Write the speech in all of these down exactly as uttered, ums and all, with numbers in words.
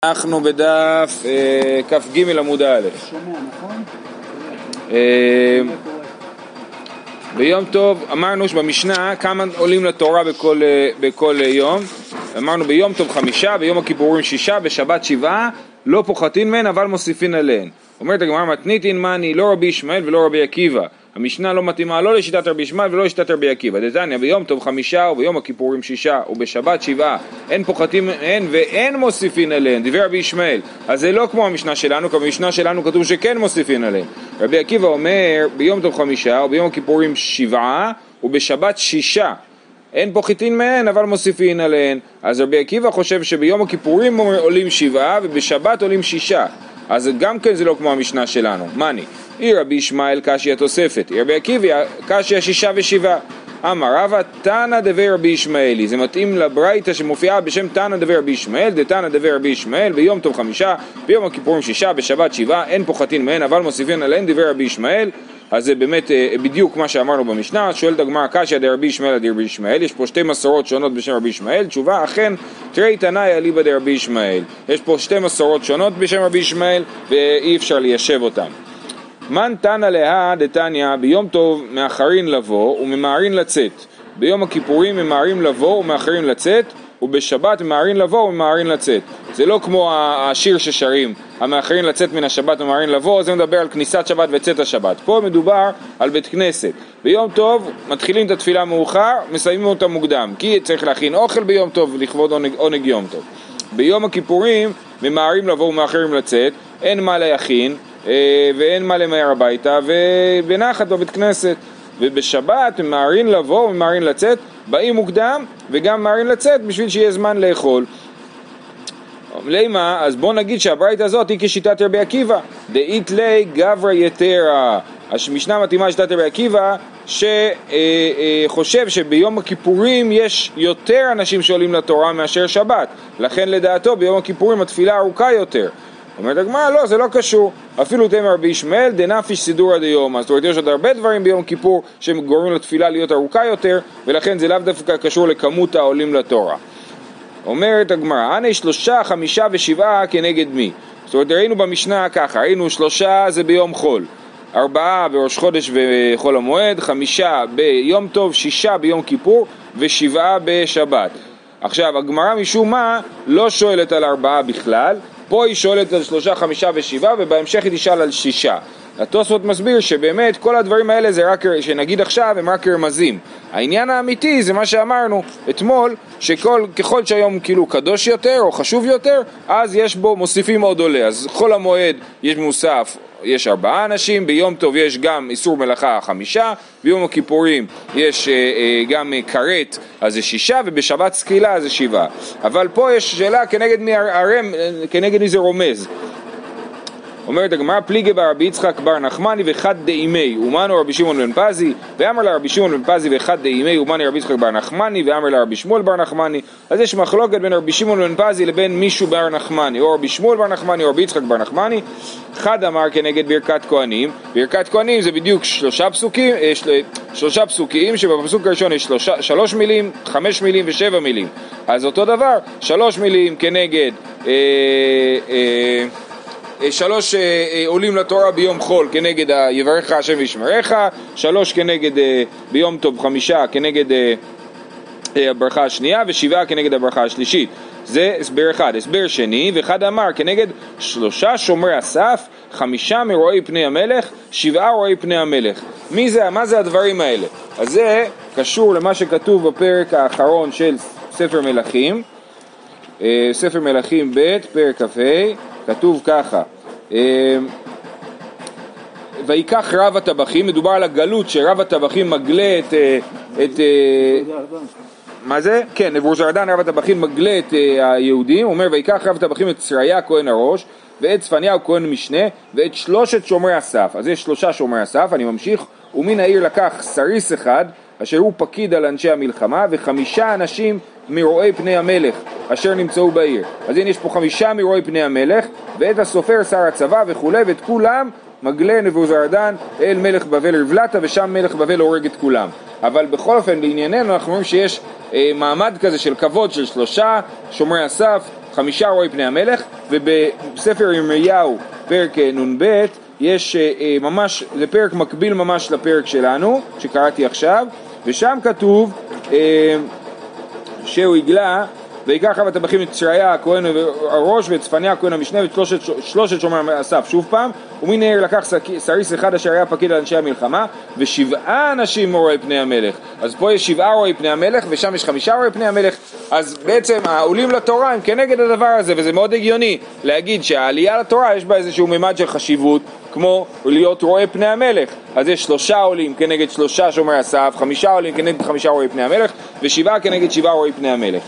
אנחנו בדף אה, כף ג' עמוד א'. שומע, נכון? אה, ביום טוב אמרנו שבמשנה כמה עולים לתורה בכל, אה, בכל אה, יום. אמרנו ביום טוב חמישה, ביום הכיפורים שישה, בשבת שבעה, לא פוחתין מהן אבל מוסיפין עליהן. אומרת הגמרא מתניתין מאני, לא רבי ישמעאל ולא רבי עקיבא. המשנה לא מתאימה לא לשיטת רבי ישמעאל ולא לשיטת רבי עקיבא. דתניא ביום טוב חמישה וביום הכיפורים שישה ובשבת שבעה אין פוחתים מהן ואין מוסיפין עליהן. דיבר רבי ישמעאל. אז זה לא כמו המשנה שלנו, כי במשנה שלנו כתוב שכן מוסיפין עליהן. רבי עקיבא אומר ביום טוב חמישה וביום הכיפורים שבעה ובשבת שישה אין פוחתין מהן אבל מוסיפין עליהן. אז רבי עקיבא חושב שביום הכיפורים עולים שבעה ובשבת עולים שישה. אז גם כן זה לא כמו המשנה שלנו. מני? אי רבי ישמעאל קשיא תוספת, רבי עקיבא קשיא שישה ושבעה. אמר רבא תנא דבי רבי ישמעאלי, זה מתאים לברייתא שמופיעה בשם תנא דבי רבי ישמעאל, דתנא דבי רבי ישמעאל, ביום טוב חמישה, ביום הכיפורים שישה, בשבת שבעה, אין פוחתין מהן אבל מוסיפין עליהן דבי רבי ישמעאל. אז זה באמת בדיוק מה שאמרנו במשנה. שואלת הגמרא קשיא דרבי ישמעאל דרבי ישמעאל, יש פה שתי מסורות שונות בשם רבי ישמעאל. תשובה אכן תראי תנאי אליבא דרבי ישמעאל, יש פה שתי מסורות שונות בשם רבי ישמעאל ואי אפשר ליישב אותם. מן תנא להא דתניא ביום טוב מאחרין לבוא וממהרין לצאת, ביום הכיפורים ממהרים לבוא ומאחרין לצאת, ובשבת ממהרין לבוא וממהרין לצאת. זה לא כמו השיר ששרים המאחרין לצאת מן השבת וממהרין לבוא, זה מדבר על כניסת שבת וצאת השבת. פה מדובר על בית כנסת. ביום טוב מתחילים את התפילה מאוחר, מסיימים אותה מוקדם, כי צריך להכין אוכל ביום טוב לכבוד עונג, עונג יום טוב. ביום הכיפורים ממהרים לבוא ומאחרים לצאת, אין מה להכין ואין מה למהר הביתה ובנחת בבית כנסת. ובשבת ממהרין לבוא וממהרין לצאת, באים מוקדם וגם ממהרין לצאת בשביל שיהיה זמן לאכול. למה? אז בוא נגיד שהברייתא הזאת היא כשיטת רבי עקיבא, דאית לי גברא יתרה. המשנה מתאימה לשיטת רבי עקיבא שחושב שביום הכיפורים יש יותר אנשים שעולים לתורה מאשר שבת, לכן לדעתו ביום הכיפורים התפילה ארוכה יותר. אומרת הגמרא, לא, זה לא קשור. אפילו תאמר רבי ישמעאל דנפיש סידורא דיומא. זאת אומרת, יש עוד הרבה דברים ביום כיפור שגורמים לתפילה להיות ארוכה יותר, ולכן זה לאו דווקא קשור לכמות העולים לתורה. אומרת הגמרא, הנה שלושה, חמישה ושבעה כנגד מי? זאת אומרת, ראינו במשנה ככה, ראינו שלושה זה ביום חול, ארבעה בראש חודש וחול המועד, חמישה ביום טוב, שישה ביום כיפור ושבעה בשבת. עכשיו, הגמרא משום מה לא שואלת על ארבעה בכלל, פה היא שואלת על שלושה, חמישה ושבעה, ובהמשך היא תשאל על שישה. התוספות מסביר שבאמת כל הדברים האלה זה רק, שנגיד עכשיו הם רק רמזים. העניין האמיתי זה מה שאמרנו אתמול, שכל, ככל שהיום כאילו קדוש יותר או חשוב יותר, אז יש בו, מוסיפים עוד עולה. אז חול המועד יש מוסף, יש ארבעה אנשים, ביום טוב יש גם איסור מלאכה חמישה, ביום הכיפורים יש אה, אה, גם אה, קראת, אז זה שישה, ובשבת סקילה זה שבעה. אבל פה יש שאלה כנגד מי הרם, כנגד מי זה רומז. אומרת הגמרא, פליגי ברבי יצחק בר נחמני וחד דאימי אומנו רבי שמעון בן פזי, ואמר לה רבי שמעון בן פזי וחד דאימי אומני רבי יצחק בר נחמני, ואמר לה רבי שמואל בר נחמני. אז יש מחלוקת בין רבי שמעון בן פזי לבין מישהו בר נחמני, או רבי שמואל בר נחמני או רבי יצחק בר נחמני. חד אמר כנגד ברכת כהנים. ברכת כהנים זה בדיוק שלושה פסוקים, שלושה פסוקים שבפסוק הראשון יש שלושה, שלוש מילים, חמש מילים ושבע מילים. אז אותו דבר, שלוש מילים כנגד אה, אה, שלוש אה, עולים לתורה ביום חול כנגד יברך השם וישמרך, שלוש כנגד אה, ביום טוב חמישה כנגד אה, אה, הברכה השנייה, ושבעה כנגד הברכה השלישית. זה הסבר אחד. הסבר שני, ואחד אמר כנגד שלושה שומרי הסף, חמישה מרואי פני המלך, שבעה רואי פני המלך. מי זה? מה זה הדברים האלה? אז זה קשור למה שכתוב בפרק האחרון של ספר מלכים, אה, ספר מלכים ב' פרק כ"ה. כתוב ככה, ויקח רב הטבחים, מדובר על הגלות שרב הטבחים מגלה את, את מה זה? כן, נבוזראדן רב הטבחים מגלה את היהודים. הוא אומר, ויקח רב הטבחים את צריה כהן הראש ואת צפניה כהן משנה ואת שלושת שומרי הסף. אז יש שלושה שומרי הסף, אני ממשיך. ומן העיר לקח סריס אחד אשר הוא פקיד על אנשי המלחמה, וחמישה אנשים מרואי פני המלך אשר נמצאו בעיר. אז הנה יש פה חמישה מרואי פני המלך, ואת הסופר שר הצבא וכו', ואת כולם מגלה נבוזראדן אל מלך בבל רבלתה, ושם מלך בבל הורג את כולם. אבל בכל אופן לענייננו אנחנו רואים שיש אה, מעמד כזה של כבוד של שלושה שומרי הסף, חמישה רואי פני המלך, ובספר ירמיהו פרק נ"ב יש ממש, זה פרק מקביל ממש לפרק שלנו שקראתי עכשיו, ושם כתוב שהוא יגלה ויקח חוות הטבחים את שריה הכהן הראש ואת צפניה הכהן המשנה ואת שלושת, שלושת שומר אסף שוב פעם, ומן העיר לקח סריס אחד אשר היה פקיד על אנשי המלחמה ושבעה אנשים רואי פני המלך. אז פה יש שבעה רואי פני המלך ושם יש חמישה רואי פני המלך, אז בעצם העולים לתורה הם כנגד הדבר הזה, וזה מאוד הגיוני להגיד שהעלייה לתורה יש בה איזשהו ממד של חשיבות כמו להיות רואי פני המלך. אז יש שלושה עולים כנגד שלושה שומר אסף, חמישה עולים כנגד חמישה רואי פני המלך ושבעה כנגד שבעה רואי פני המלך.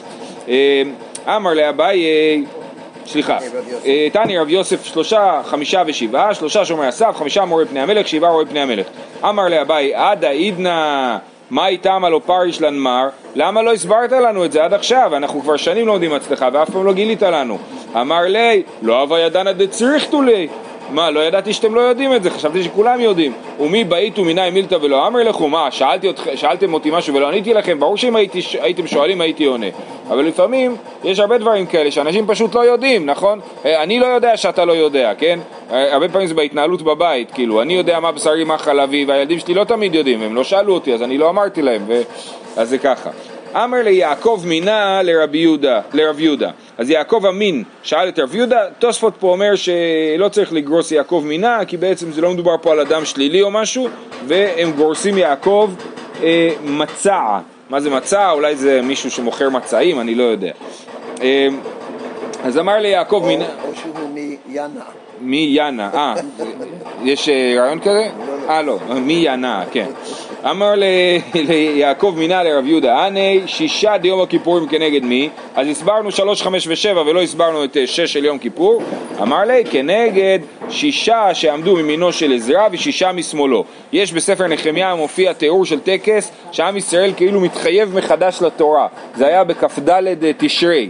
אמר לאביי, סליחה, תני רב יוסף שלושה, חמישה ושבעה, שלושה שומרי אסף, חמישה מורי פני המלך, שבעה רואי פני המלך. אמר לאביי, עדה עידנה, מה איתם הלא פריש לנמר? למה לא הסברת לנו את זה עד עכשיו? אנחנו כבר שנים לומדים אצלך ואף פעם לא גילית לנו. אמר לי, לא אבא ידענה דצריכתו לי. מה, לא ידעתי שאתם לא יודעים את זה, חשבתי שכולם יודעים. ומי באית ומיני מילתא ולא אמר לכו, מה, שאלתי אותך, שאלתם אותי משהו ולא עניתי לכם? ברור שאם הייתי, הייתם שואלים הייתי עונה. אבל לפעמים יש הרבה דברים כאלה שאנשים פשוט לא יודעים, נכון? אני לא יודע שאתה לא יודע, כן? הרבה פעמים זה בהתנהלות בבית, כאילו, אני יודע מה בשרי מה חלבי והילדים שלי לא תמיד יודעים, הם לא שאלו אותי אז אני לא אמרתי להם, ו... אז זה ככה. אמר לי יעקב מינה לרבי יהודה, לרב יהודה. אז יעקב אמין שאל את רב יהודה, תוספות פה אומר שלא צריך לגרוס יעקב מינה, כי בעצם זה לא מדובר פה על אדם שלילי או משהו, והם גורסים יעקב אה, מצע. מה זה מצע? אולי זה מישהו שמוכר מצעים, אני לא יודע. אה, אז אמר לי יעקב מינה... או שהוא מיאנה. מי ינה, אה, יש רעיון כזה? אה לא, מי ינה, כן. אמר ליעקב מינה לרב יהודה, עני שישה דיום הכיפורים כנגד מי? אז הסברנו שלוש, חמש ושבע ולא הסברנו את שש של יום כיפור. אמר לי כנגד שישה שעמדו מימינו של עזרא ושישה משמאלו. יש בספר נחמיה מופיע תיאור של טקס שעם ישראל כאילו מתחייב מחדש לתורה. זה היה בכ"ד תשרי.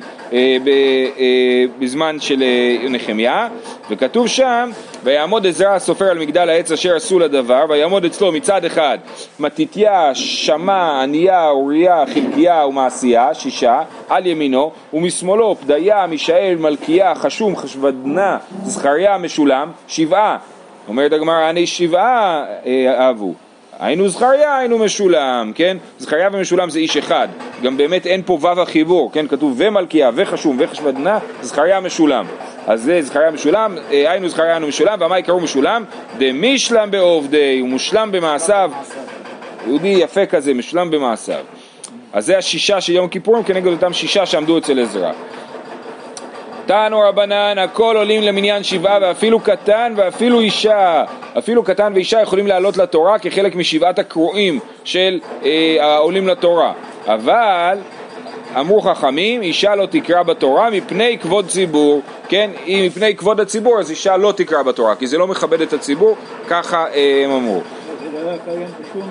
בזמן של נחמיה, וכתוב שם ויעמוד עזרא הסופר על מגדל העץ אשר עשו לדבר, ויעמוד אצלו מצד אחד מתתיה, שמע, עניה, אוריה, חלקיה ומעשיה, שישה, על ימינו, ומשמאלו פדיה, מישאל, מלכיה, חשום, חשבדנה, זכריה, משולם, שבעה. אומרת הגמרא, אני שבעה אהבו. היינו זכריה, היינו משולם, כן? זכריה ומשולם זה איש אחד. גם באמת אין פה וו החיבור, כן? כתוב ומלכיה וחשום וחשבדנה, זכריה משולם. אז זה זכריה משולם, היינו זכריה, היינו משולם, ומה יקראו משולם? דמישלם בעובדי, ומושלם במעשיו. יהודי יפה כזה, משולם במעשיו. אז זה השישה של יום כיפורים, כנגד אותם שישה שעמדו אצל עזרא. תנו רבנן, הכל עולים למניין שבעה, ואפילו קטן ואפילו אישה, אפילו קטן ואישה יכולים לעלות לתורה כחלק משבעת הקרואים של אה, העולים לתורה. אבל אמרו חכמים, אישה לא תקרא בתורה מפני כבוד ציבור, כן? אם מפני כבוד הציבור אז אישה לא תקרא בתורה, כי זה לא מכבד את הציבור, ככה אה, הם אמרו. זה לא היה קיים בשום...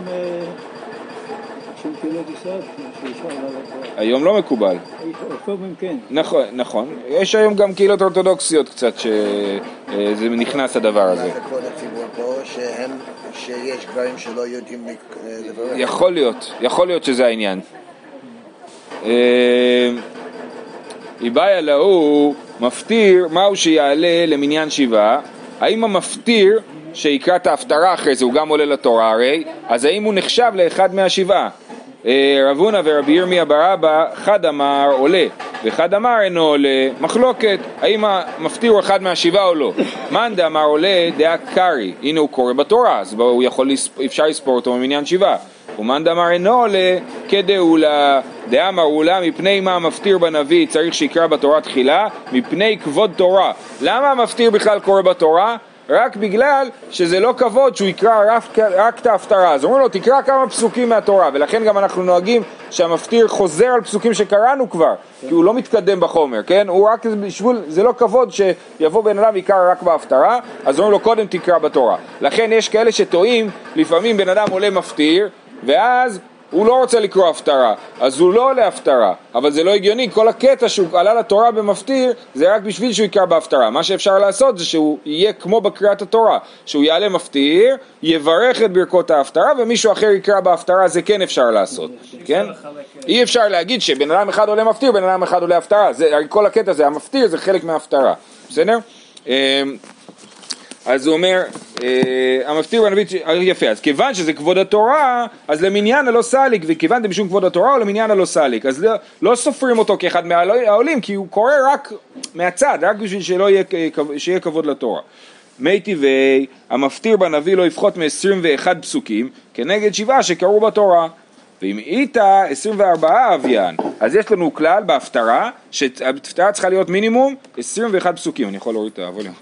היום לא מקובל. נכון, נכון. יש היום גם קהילות אורתודוקסיות קצת שזה נכנס הדבר הזה. לכבוד הציבור פה שהם, שיש גברים שלא יודעים לברך. יכול להיות, יכול להיות שזה העניין. איבאי אלוהו מפטיר מהו שיעלה למניין שבעה, האם המפטיר שיקרא את ההפטרה אחרי זה הוא גם עולה לתורה הרי, אז האם הוא נחשב לאחד מהשבעה? רב הונא ורבי ירמיה בר אבא חד אמר עולה וחד אמר אינו עולה, מחלוקת האם המפטיר הוא אחד מהשבעה או לא. מאן דאמר עולה דעה קרי, הנה הוא קורא בתורה אז הוא יכול, אפשר לספור אותו ממניין שבעה. ומאן דאמר אינו עולה כדאולה, דאמר עולה מפני מה המפטיר בנביא צריך שיקרא בתורה תחילה, מפני כבוד תורה. למה המפטיר בכלל קורא בתורה? רק בגלל שזה לא כבוד שהוא יקרא רק, רק את ההפטרה. אז אומרים לו תקרא כמה פסוקים מהתורה, ולכן גם אנחנו נוהגים שהמפטיר חוזר על פסוקים שקראנו כבר, כי הוא לא מתקדם בחומר, כן? הוא רק בשביל, זה לא כבוד שיבוא בן אדם ויקרא רק בהפטרה, אז אומרים לו קודם תקרא בתורה. לכן יש כאלה שטועים, לפעמים בן אדם עולה מפטיר, ואז הוא לא רוצה לקרוא הפטרה, אז הוא לא עולה הפטרה, אבל זה לא הגיוני, כל הקטע שהוא עלה לתורה במפטיר, זה רק בשביל שהוא יקרא בהפטרה. מה שאפשר לעשות זה שהוא יהיה כמו בקריאת התורה, שהוא יעלה מפטיר, יברך את ברכות ההפטרה, ומישהו אחר יקרא בהפטרה, זה כן אפשר לעשות, כן? אי אפשר להגיד שבן אדם אחד עולה מפטיר, בן אדם אחד עולה הפטרה, זה, כל הקטע זה המפטיר, זה חלק מההפטרה, בסדר? אז הוא אומר, המפטיר בנביא, יפה, אז כיוון שזה כבוד התורה, אז למניין הלא סליק, וכיוון זה משום כבוד התורה, או למניין הלא סליק, אז לא, לא סופרים אותו כאחד מהעולים, כי הוא קורא רק מהצד, רק בשביל שלא יהיה, שיהיה כבוד לתורה. מי טבעי, המפטיר בנביא לא יפחות מ-עשרים ואחד פסוקים, כנגד שבעה שקראו בתורה. ואם איתה עשרים וארבעה אביין, אז יש לנו כלל בהפטרה, שההפטרה צריכה להיות מינימום עשרים ואחד פסוקים, אני יכול להוריד את הווליום,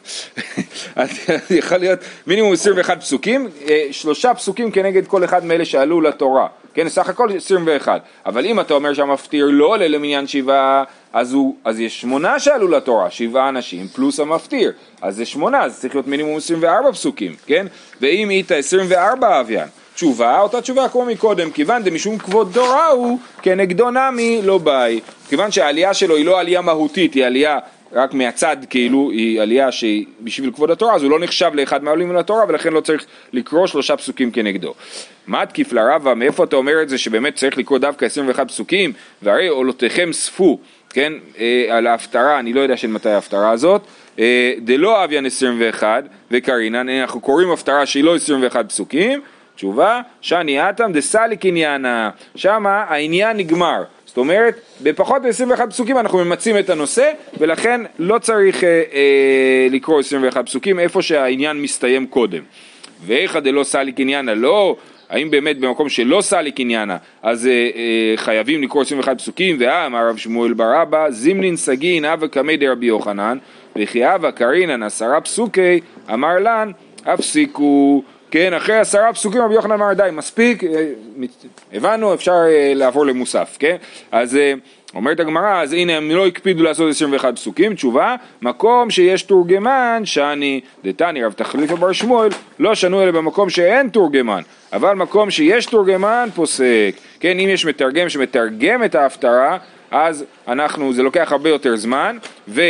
יכול להיות מינימום עשרים ואחד פסוקים, שלושה פסוקים כנגד כל אחד מאלה שעלו לתורה, כן, סך הכל עשרים ואחד, אבל אם אתה אומר שהמפטיר לא עולה למניין שבעה, אז, הוא, אז יש שמונה שעלו לתורה, שבעה אנשים פלוס המפטיר, אז זה שמונה, אז צריך להיות מינימום עשרים וארבע פסוקים, כן, ואם איתה עשרים וארבע אביין, תשובה, אותה תשובה כמו מקודם, כיוון דמשום כבוד תורה הוא, כנגדו נמי לא באי. כיוון שהעלייה שלו היא לא עלייה מהותית, היא עלייה רק מהצד, כאילו היא עלייה שהיא בשביל כבוד התורה, אז הוא לא נחשב לאחד מהעולים לתורה, ולכן לא צריך לקרוא שלושה פסוקים כנגדו. מה תקיף לרבה, מאיפה אתה אומר את זה שבאמת צריך לקרוא דווקא עשרים ואחד פסוקים, והרי עולותיכם ספו, כן, אה, על ההפטרה, אני לא יודע של מתי ההפטרה הזאת, אה, דלא אביין עשרים ואחד, וקרינן, אנחנו קוראים הפטרה שהיא לא עשרים ואחד פסוקים, תשובה, שאני אתם דסליק עניינה, שמה העניין נגמר, זאת אומרת, בפחות מ-עשרים ואחד פסוקים אנחנו ממצים את הנושא, ולכן לא צריך אה, אה, לקרוא עשרים ואחד פסוקים, איפה שהעניין מסתיים קודם. ואיכה דלא סליק עניינה, לא, האם באמת במקום שלא סליק עניינה, אז אה, אה, חייבים לקרוא עשרים ואחד פסוקים, ואמר רב שמואל בר אבא, זימנין סגין אבא קמי דרבי יוחנן, וכי אבא קרינן עשרה פסוקי, אמר לן, הפסיקו, כן, אחרי עשרה פסוקים רבי יוחנן אמר די, מספיק, הבנו, אפשר לעבור למוסף, כן? אז אומרת הגמרא, אז הנה הם לא הקפידו לעשות עשרים ואחד פסוקים, תשובה, מקום שיש תורגמן, שאני דתני רב תחליף בר שמואל, לא שנו אלה במקום שאין תורגמן, אבל מקום שיש תורגמן פוסק, כן, אם יש מתרגם שמתרגם את ההפטרה, אז אנחנו, זה לוקח הרבה יותר זמן, ו...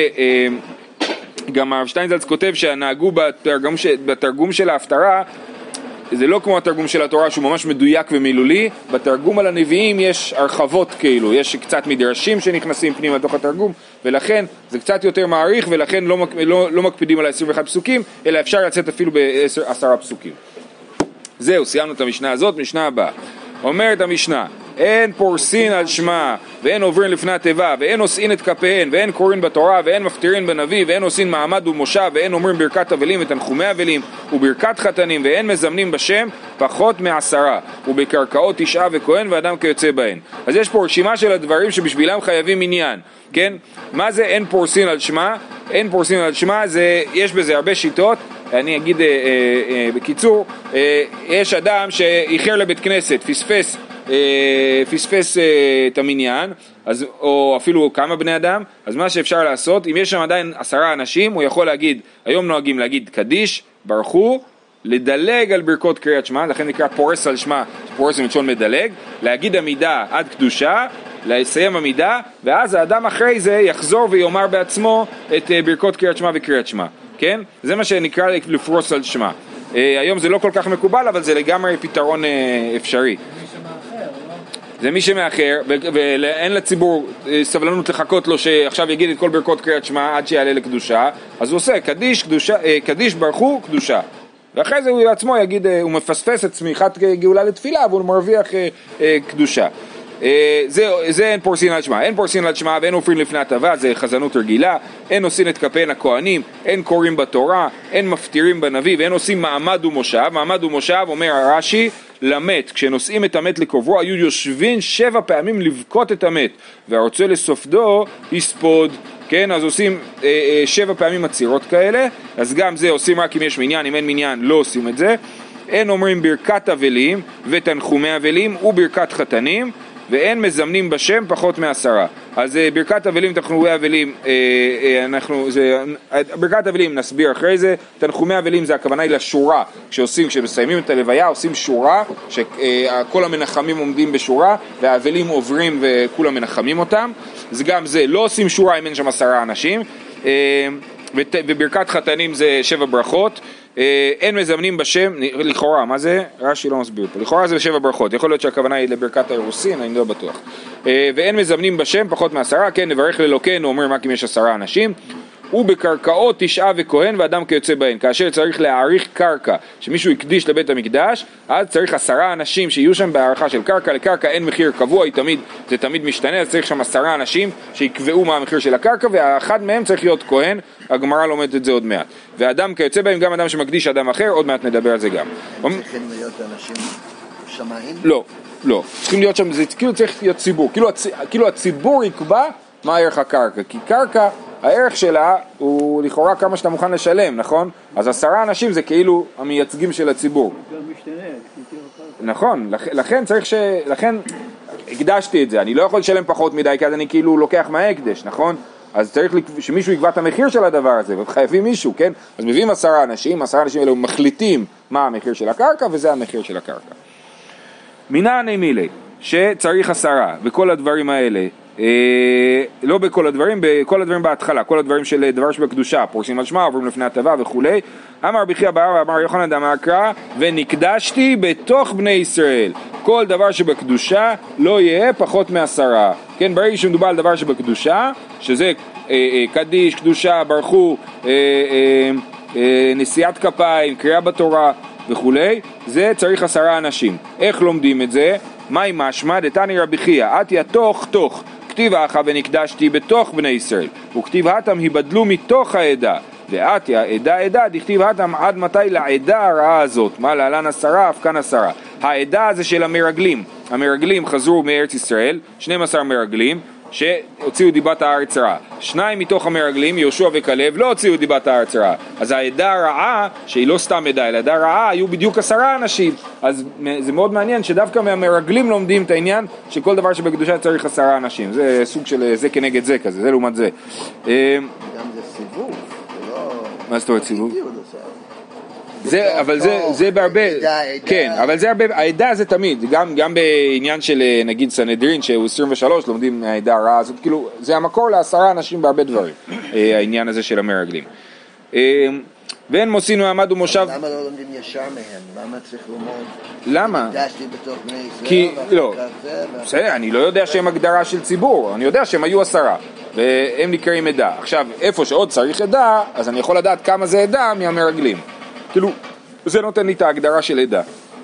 גם הרב שטיינזלץ כותב שהנהגו בתרגום, בתרגום של ההפטרה, זה לא כמו התרגום של התורה שהוא ממש מדויק ומילולי, בתרגום על הנביאים יש הרחבות כאילו, יש קצת מדרשים שנכנסים פנימה לתוך התרגום, ולכן זה קצת יותר מעריך, ולכן לא, לא, לא מקפידים על עשרים ואחד פסוקים, אלא אפשר לצאת אפילו בעשרה פסוקים. זהו, סיימנו את המשנה הזאת, משנה הבאה. אומרת המשנה, אין פורסין על שמה, ואין עוברים לפני התיבה, ואין נושאים את כפיהן, ואין קוראים בתורה, ואין מפטירים בנביא, ואין עושים מעמד ומושב, ואין אומרים ברכת אבלים ותנחומי אבלים, וברכת חתנים, ואין מזמנים בשם פחות מעשרה, ובקרקעות תשעה וכהן ואדם כיוצא בהן. אז יש פה רשימה של הדברים שבשבילם חייבים עניין, כן? מה זה אין פורסין על שמה? אין פורסין על שמה, זה, יש בזה הרבה שיטות, אני אגיד אה, אה, אה, בקיצור, אה, יש אדם שאיחר לבית כנסת, פספס, אה, פספס אה, את המניין, אז, או אפילו כמה בני אדם, אז מה שאפשר לעשות, אם יש שם עדיין עשרה אנשים, הוא יכול להגיד, היום נוהגים להגיד קדיש, ברכו, לדלג על ברכות קריאת שמע, לכן נקרא פורס על שמע, פורס מלשון מדלג, להגיד עמידה עד קדושה, לסיים עמידה, ואז האדם אחרי זה יחזור ויאמר בעצמו את ברכות קריאת שמע וקריאת שמע. כן? זה מה שנקרא לפרוס על שמה. היום זה לא כל כך מקובל, אבל זה לגמרי פתרון אפשרי. זה מי שמאחר, ואין לציבור סבלנות לחכות לו שעכשיו יגיד את כל ברכות קריאת שמע עד שיעלה לקדושה, אז הוא עושה קדיש, קדושה, קדיש ברכו, קדושה. ואחרי זה הוא עצמו יגיד, הוא מפספס את צמיחת גאולה לתפילה, והוא מרוויח קדושה. זה, זה אין פורסין על שמה, אין פורסין על שמה ואין עופרים לפני התיבה, זה חזנות רגילה, אין עושים את כפיהן הכהנים, אין קוראים בתורה, אין מפטירים בנביא ואין עושים מעמד ומושב. מעמד ומושב אומר הרש"י, למת, כשנושאים את המת לקוברו היו יושבים שבע פעמים לבכות את המת, והרוצה לסופדו יספוד, כן, אז עושים אה, אה, שבע פעמים עצירות כאלה, אז גם זה עושים רק אם יש מניין, אם אין מניין לא עושים את זה. אין אומרים ברכת אבלים ותנחומי אבלים וברכת חתנים, ואין מזמנים בשם פחות מעשרה. אז ברכת אבלים, תנחומי אבלים, אנחנו, זה, ברכת אבלים נסביר אחרי זה, תנחומי אבלים זה הכוונה היא לשורה, כשעושים, כשמסיימים את הלוויה עושים שורה, שכל המנחמים עומדים בשורה, והאבלים עוברים וכולם מנחמים אותם, אז גם זה, לא עושים שורה אם אין שם עשרה אנשים, וברכת חתנים זה שבע ברכות, אין מזמנים בשם, לכאורה, מה זה? רש"י לא מסביר פה, לכאורה זה שבע ברכות, יכול להיות שהכוונה היא לברכת האירוסין, אני לא בטוח. ואין מזמנים בשם פחות מעשרה, כן, נברך לאלוקינו, אומר רק אם יש עשרה אנשים, ובקרקעות תשעה וכהן ואדם כיוצא בהן, כאשר צריך להעריך קרקע, שמישהו יקדיש לבית המקדש, אז צריך עשרה אנשים שיהיו שם בהערכה של קרקע, לקרקע אין מחיר קבוע, היא תמיד, זה תמיד משתנה, אז צריך שם עשרה אנשים שיקבעו מה המחיר של הקרקע, ואחד מהם צריך להיות כהן, הגמרא לומדת את זה עוד מעט. ואדם כיוצא בהם, גם אדם שמקדיש אדם אחר, עוד מעט נדבר על זה גם. צריכים להיות אנשים שמיים? לא, לא, צריכים להיות שם, זה כאילו צריך להיות ציבור, כאילו, הצ... כאילו הציבור יקבע מה ערך הקרקע, כי קרקע הערך שלה הוא לכאורה כמה שאתה מוכן לשלם, נכון? אז עשרה אנשים זה כאילו המייצגים של הציבור. גם משתנה. נכון, לכן צריך ש... לכן הקדשתי את זה, אני לא יכול לשלם פחות מדי, כי אז אני כאילו לוקח מההקדש, נכון? אז צריך שמישהו יקבע את המחיר של הדבר הזה, וחייבים מישהו, כן? אז מביאים עשרה אנשים, עשרה אנשים האלה מחליטים מה המחיר של הקרקע, וזה המחיר של הקרקע. מינני מילי, שצריך עשרה, וכל הדברים האלה, אה, לא בכל הדברים, בכל הדברים בהתחלה, כל הדברים של דבר שבקדושה, פורסים על שמה, עוברים לפני הטבה וכולי. אמר רבי חייא בר ואמר יוחנן דאמר קרא, ונקדשתי בתוך בני ישראל. כל דבר שבקדושה לא יהיה פחות מעשרה. כן, ברגע שמדובר על דבר שבקדושה, שזה אה, אה, קדיש, קדושה, ברכו, אה, אה, אה, נשיאת כפיים, קריאה בתורה וכולי, זה צריך עשרה אנשים. איך לומדים את זה? מהי משמע? דתני רבי חייא, אתיה תוך תוך, כתיב אחא ונקדשתי בתוך בני ישראל, וכתיב התם היבדלו מתוך העדה, ואתיה עדה עדה, דכתיב התם עד מתי לעדה הרעה הזאת, מה להלן עשרה, אף כאן עשרה. העדה זה של המרגלים, המרגלים חזרו מארץ ישראל, שנים עשר מרגלים, שהוציאו דיבת הארץ רעה. שניים מתוך המרגלים, יהושע וכלב, לא הוציאו דיבת הארץ רעה. אז העדה הרעה, שהיא לא סתם עדה, אלא העדה הרעה, היו בדיוק עשרה אנשים. אז זה מאוד מעניין שדווקא מהמרגלים לומדים את העניין שכל דבר שבקדושה צריך עשרה אנשים. זה סוג של זה כנגד זה כזה, זה לעומת זה. גם זה סיבוב, זה לא... מה זאת אומרת סיבוב? זה, אבל זה, זה בהרבה, כן, אבל זה הרבה, העדה זה תמיד, גם, גם בעניין של נגיד סנהדרין שהוא עשרים ושלוש לומדים מהעדה הרעה הזאת, כאילו זה המקור לעשרה אנשים בהרבה דברים, העניין הזה של המרגלים. ואין מוסינו עמד ומושב. למה לא לומדים ישר מהם? למה צריך ללמוד? למה? הקדשתי בתוך בני ישראל. כי, לא, בסדר, אני לא יודע שהם הגדרה של ציבור, אני יודע שהם היו עשרה, והם נקראים עדה. עכשיו, איפה שעוד צריך עדה, אז אני יכול לדעת כמה זה עדה מהמרגלים. כאילו, זה נותן לי את ההגדרה של עדה.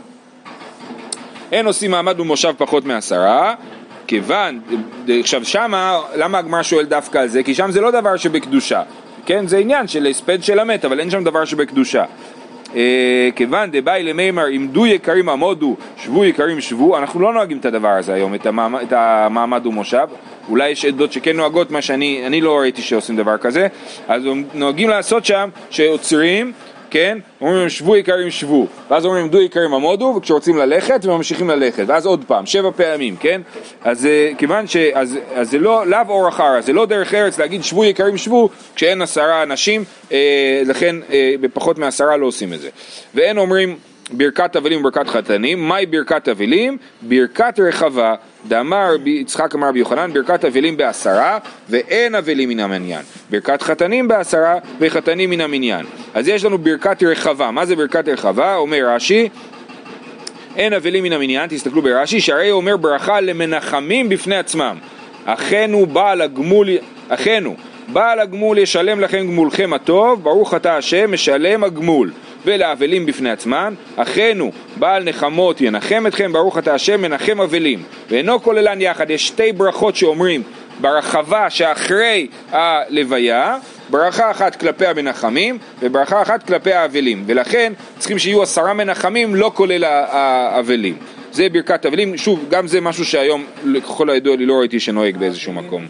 אין עושים מעמד ומושב פחות מעשרה, כיוון, עכשיו שמה, למה הגמרא שואל דווקא על זה? כי שם זה לא דבר שבקדושה, כן? זה עניין של הספד של המת, אבל אין שם דבר שבקדושה. אה, כיוון דבאי למימר, עמדו יקרים עמודו, שבו יקרים שבו, אנחנו לא נוהגים את הדבר הזה היום, את המעמד, את המעמד ומושב, אולי יש עדות שכן נוהגות מה שאני, אני לא ראיתי שעושים דבר כזה, אז נוהגים לעשות שם שעוצרים, כן? אומרים שבו יקרים שבו, ואז אומרים עמדו יקרים עמודו, וכשרוצים ללכת וממשיכים ללכת, ואז עוד פעם, שבע פעמים, כן? אז כיוון ש... אז, אז זה לא, לאו אור אחר, זה לא דרך ארץ להגיד שבו יקרים שבו, כשאין עשרה אנשים, אה, לכן אה, בפחות מעשרה לא עושים את זה. ואין אומרים ברכת אבלים וברכת חתנים. מהי ברכת אבלים? ברכת רחבה, דאמר יצחק אמר רבי יוחנן, ברכת אבלים בעשרה ואין אבלים מן המניין, ברכת חתנים בעשרה וחתנים מן המניין. אז יש לנו ברכת רחבה. מה זה ברכת רחבה? אומר רש"י, אין אבלים מן המניין, תסתכלו ברש"י, שהרי הוא אומר ברכה למנחמים בפני עצמם, אחינו בעל הגמול, אחינו בעל הגמול ישלם לכם גמולכם הטוב, ברוך אתה השם משלם הגמול. ולאבלים בפני עצמן, אחינו בעל נחמות ינחם אתכם, ברוך אתה השם מנחם אבלים. ואינו כוללן יחד, יש שתי ברכות שאומרים ברחבה שאחרי הלוויה, ברכה אחת כלפי המנחמים וברכה אחת כלפי האבלים, ולכן צריכים שיהיו עשרה מנחמים, לא כולל האבלים. זה ברכת אבלים. שוב, גם זה משהו שהיום לכל הידוע לי לא ראיתי שנוהג באיזשהו מקום.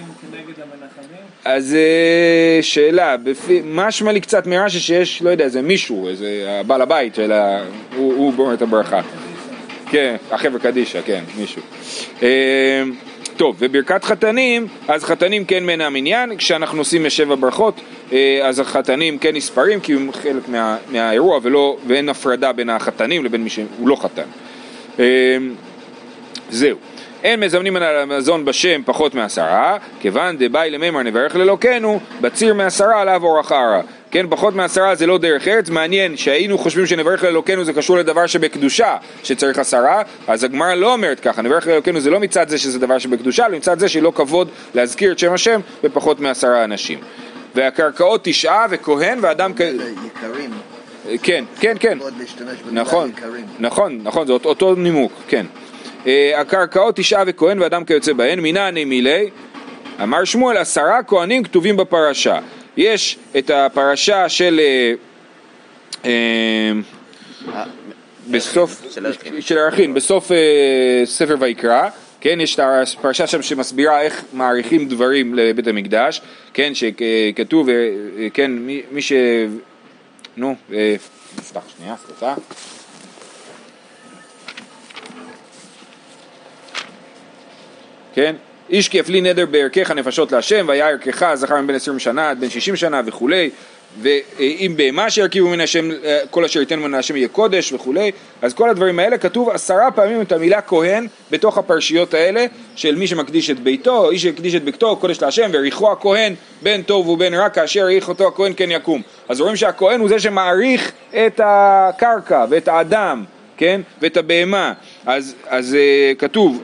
אז שאלה, משמע לי קצת מרש"י שיש, לא יודע, איזה מישהו, איזה בעל הבית, אלא הוא, הוא אומר את הברכה. כן, החבר קדישה, כן, מישהו. טוב, וברכת חתנים, אז חתנים כן מן המניין, כשאנחנו עושים שבע ברכות, אז החתנים כן נספרים, כי הם חלק מה, מהאירוע, ולא, ואין הפרדה בין החתנים לבין מי שהוא לא חתן. זהו. אין מזמנים על המזון בשם פחות מעשרה, כיוון דבאי לממר נברך לאלוקינו, בציר מעשרה עליו אורח ערה. כן, פחות מעשרה זה לא דרך ארץ, מעניין שהיינו חושבים שנברך לאלוקינו זה קשור לדבר שבקדושה שצריך עשרה, אז הגמרא לא אומרת ככה, נברך לאלוקינו זה לא מצד זה שזה דבר שבקדושה, אלא מצד זה שהיא לא כבוד להזכיר את שם השם בפחות מעשרה אנשים. והקרקעות תשעה וכהן ואדם כ... יקרים. כן, כן, כן. נכון, נכון, נכון, זה אותו נימוק, כן. הקרקעות תשעה וכהן ואדם כיוצא בהן, מינני מילי, אמר שמואל, עשרה כהנים כתובים בפרשה. יש את הפרשה של בסוף של ערכין, בסוף ספר ויקרא, כן, יש את הפרשה שם שמסבירה איך מעריכים דברים לבית המקדש, כן, שכתוב, כן, מי ש... נו, נפתח שנייה, סליחה. כן? איש כי יפלי נדר בערכך הנפשות להשם, והיה ערכך זכר מבין עשרים שנה עד בין שישים שנה וכולי, ואם בהמה שירכיבו מן השם, כל אשר ייתן מן השם יהיה קודש וכולי, אז כל הדברים האלה כתוב עשרה פעמים את המילה כהן בתוך הפרשיות האלה, של מי שמקדיש את ביתו, איש שמקדיש את ביתו, קודש להשם, וריחו הכהן בין טוב ובין רע, כאשר ריח אותו הכהן כן יקום. אז רואים שהכהן הוא זה שמעריך את הקרקע ואת האדם, כן? ואת הבהמה. אז, אז כתוב,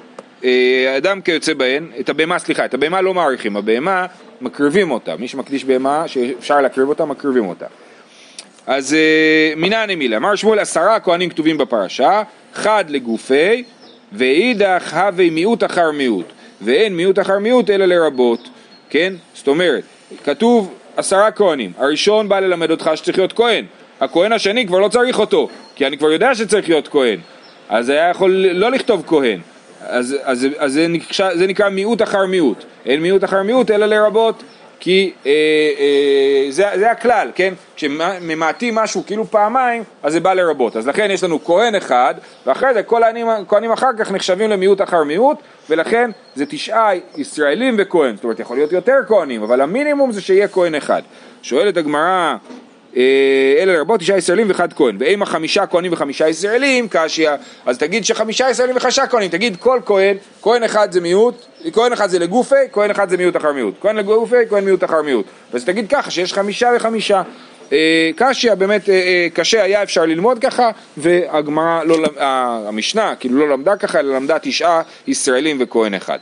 אדם כיוצא בהן, את הבהמה, סליחה, את הבהמה לא מעריכים, הבהמה מקריבים אותה, מי שמקדיש בהמה שאפשר להקריב אותה, מקריבים אותה. אז מינני מילה, אמר שמואל, עשרה כהנים כתובים בפרשה, חד לגופי, ואידך הווי מיעוט אחר מיעוט, ואין מיעוט אחר מיעוט אלא לרבות, כן? זאת אומרת, כתוב עשרה כהנים, הראשון בא ללמד אותך שצריך להיות כהן, הכהן השני כבר לא צריך אותו, כי אני כבר יודע שצריך להיות כהן, אז היה יכול לא לכתוב כהן, אז, אז, אז זה, נקרא, זה נקרא מיעוט אחר מיעוט, אין מיעוט אחר מיעוט אלא לרבות, כי אה, אה, זה, זה הכלל, כן? כשממעטים משהו כאילו פעמיים, אז זה בא לרבות, אז לכן יש לנו כהן אחד, ואחרי זה כל הכהנים אחר כך נחשבים למיעוט אחר מיעוט, ולכן זה תשעה ישראלים וכהן, זאת אומרת יכול להיות יותר כהנים, אבל המינימום זה שיהיה כהן אחד. שואלת הגמרא, אלה לרבות תשעה ישראלים ואחד כהן, ואם החמישה כהנים וחמישה ישראלים קשיא, אז תגיד שחמישה ישראלים וחמישה כהנים, תגיד כל כהן, כהן אחד זה מיעוט, כהן אחד זה לגופי, כהן אחד זה מיעוט אחר מיעוט, כהן לגופי, כהן מיעוט אחר מיעוט, אז תגיד ככה שיש חמישה וחמישה. קשיא באמת קשה היה אפשר ללמוד ככה, והגמרא לא, המשנה כאילו לא למדה ככה, אלא למדה תשעה ישראלים וכהן אחד.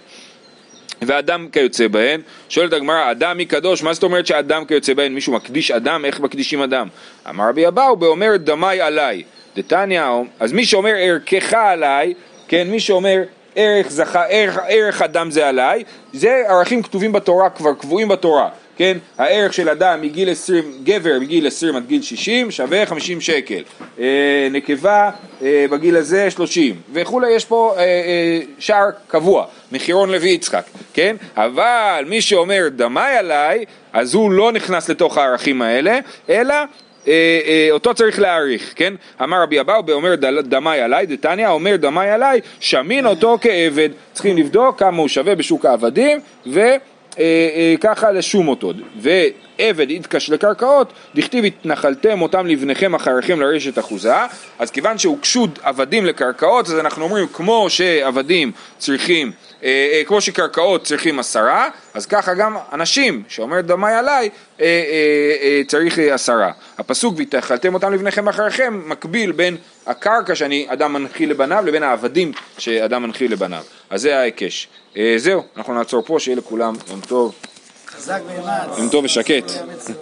ואדם כיוצא בהן, שואלת הגמרא, אדם מי קדוש, מה זאת אומרת שאדם כיוצא בהן, מישהו מקדיש אדם, איך מקדישים אדם? אמר רבי אבאו, באומר דמי עליי, דתניא, אז מי שאומר ערכך עליי, כן, מי שאומר ערך, זכה, ערך, ערך אדם זה עליי, זה ערכים כתובים בתורה, כבר קבועים בתורה, כן, הערך של אדם מגיל עשרים, גבר מגיל עשרים עד גיל שישים שווה חמישים שקל, אה, נקבה אה, בגיל הזה שלושים וכולי, יש פה אה, אה, שער קבוע, מחירון לוי יצחק, כן, אבל מי שאומר דמי עליי, אז הוא לא נכנס לתוך הערכים האלה, אלא אה, אה, אותו צריך להעריך, כן, אמר רבי אבאו באומר דמי עליי, דתניא אומר דמי עליי, שמין אותו כעבד, צריכים לבדוק כמה הוא שווה בשוק העבדים, ו אה, אה, ככה לשום אותו, ועבד יתקש לקרקעות, דכתיב התנחלתם אותם לבניכם אחריכם לרשת אחוזה, אז כיוון שהוקשו עבדים לקרקעות, אז אנחנו אומרים כמו שעבדים צריכים, אה, אה, כמו שקרקעות צריכים עשרה, אז ככה גם אנשים שאומר דמי עליי אה, אה, אה, צריך עשרה. הפסוק והתנחלתם אותם לבניכם אחריכם מקביל בין הקרקע שאני אדם מנחיל לבניו לבין העבדים שאדם מנחיל לבניו, אז זה ההיקש. זהו, אנחנו נעצור פה, שיהיה לכולם יום טוב, חזק ואמץ, יום טוב ושקט.